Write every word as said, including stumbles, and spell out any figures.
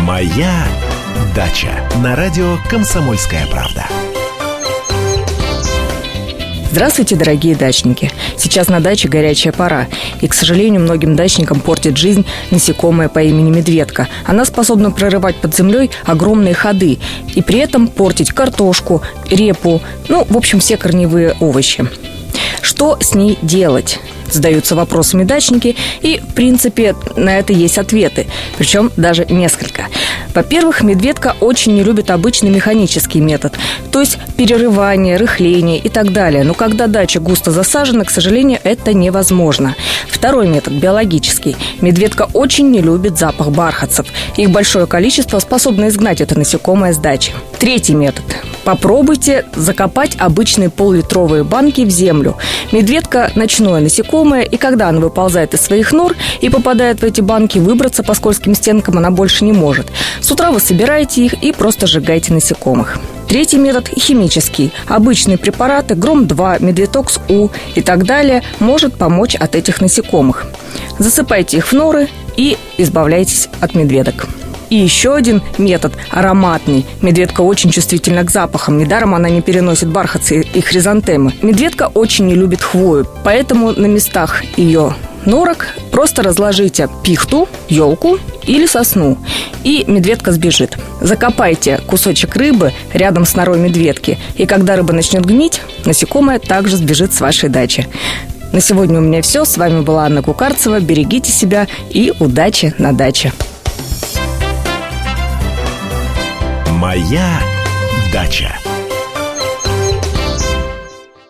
Моя дача на радио «Комсомольская правда». Здравствуйте, дорогие дачники! Сейчас на даче горячая пора, и, к сожалению, многим дачникам портит жизнь насекомое по имени медведка. Она способна прорывать под землей огромные ходы и при этом портить картошку, репу, ну, в общем, все корневые овощи. Что с ней делать? Задаются вопросами дачники, и, в принципе, на это есть ответы, причем даже несколько. Во-первых, медведка очень не любит обычный механический метод, то есть перерывание, рыхление и так далее. Но когда дача густо засажена, к сожалению, это невозможно. Второй метод – биологический. Медведка очень не любит запах бархатцев. Их большое количество способно изгнать это насекомое с дачи. Третий метод – попробуйте закопать обычные поллитровые банки в землю. Медведка – ночное насекомое, и когда она выползает из своих нор и попадает в эти банки, выбраться по скользким стенкам она больше не может. С утра вы собираете их и просто сжигаете насекомых. Третий метод – химический. Обычные препараты Гром два, Медвитокс У и так далее может помочь от этих насекомых. Засыпайте их в норы и избавляйтесь от медведок. И еще один метод – ароматный. Медведка очень чувствительна к запахам. Недаром она не переносит бархатцы и хризантемы. Медведка очень не любит хвою, поэтому на местах ее норок просто разложите пихту, елку или сосну, и медведка сбежит. Закопайте кусочек рыбы рядом с норой медведки, и когда рыба начнет гнить, насекомое также сбежит с вашей дачи. На сегодня у меня все. С вами была Анна Кукарцева. Берегите себя и удачи на даче. Моя дача.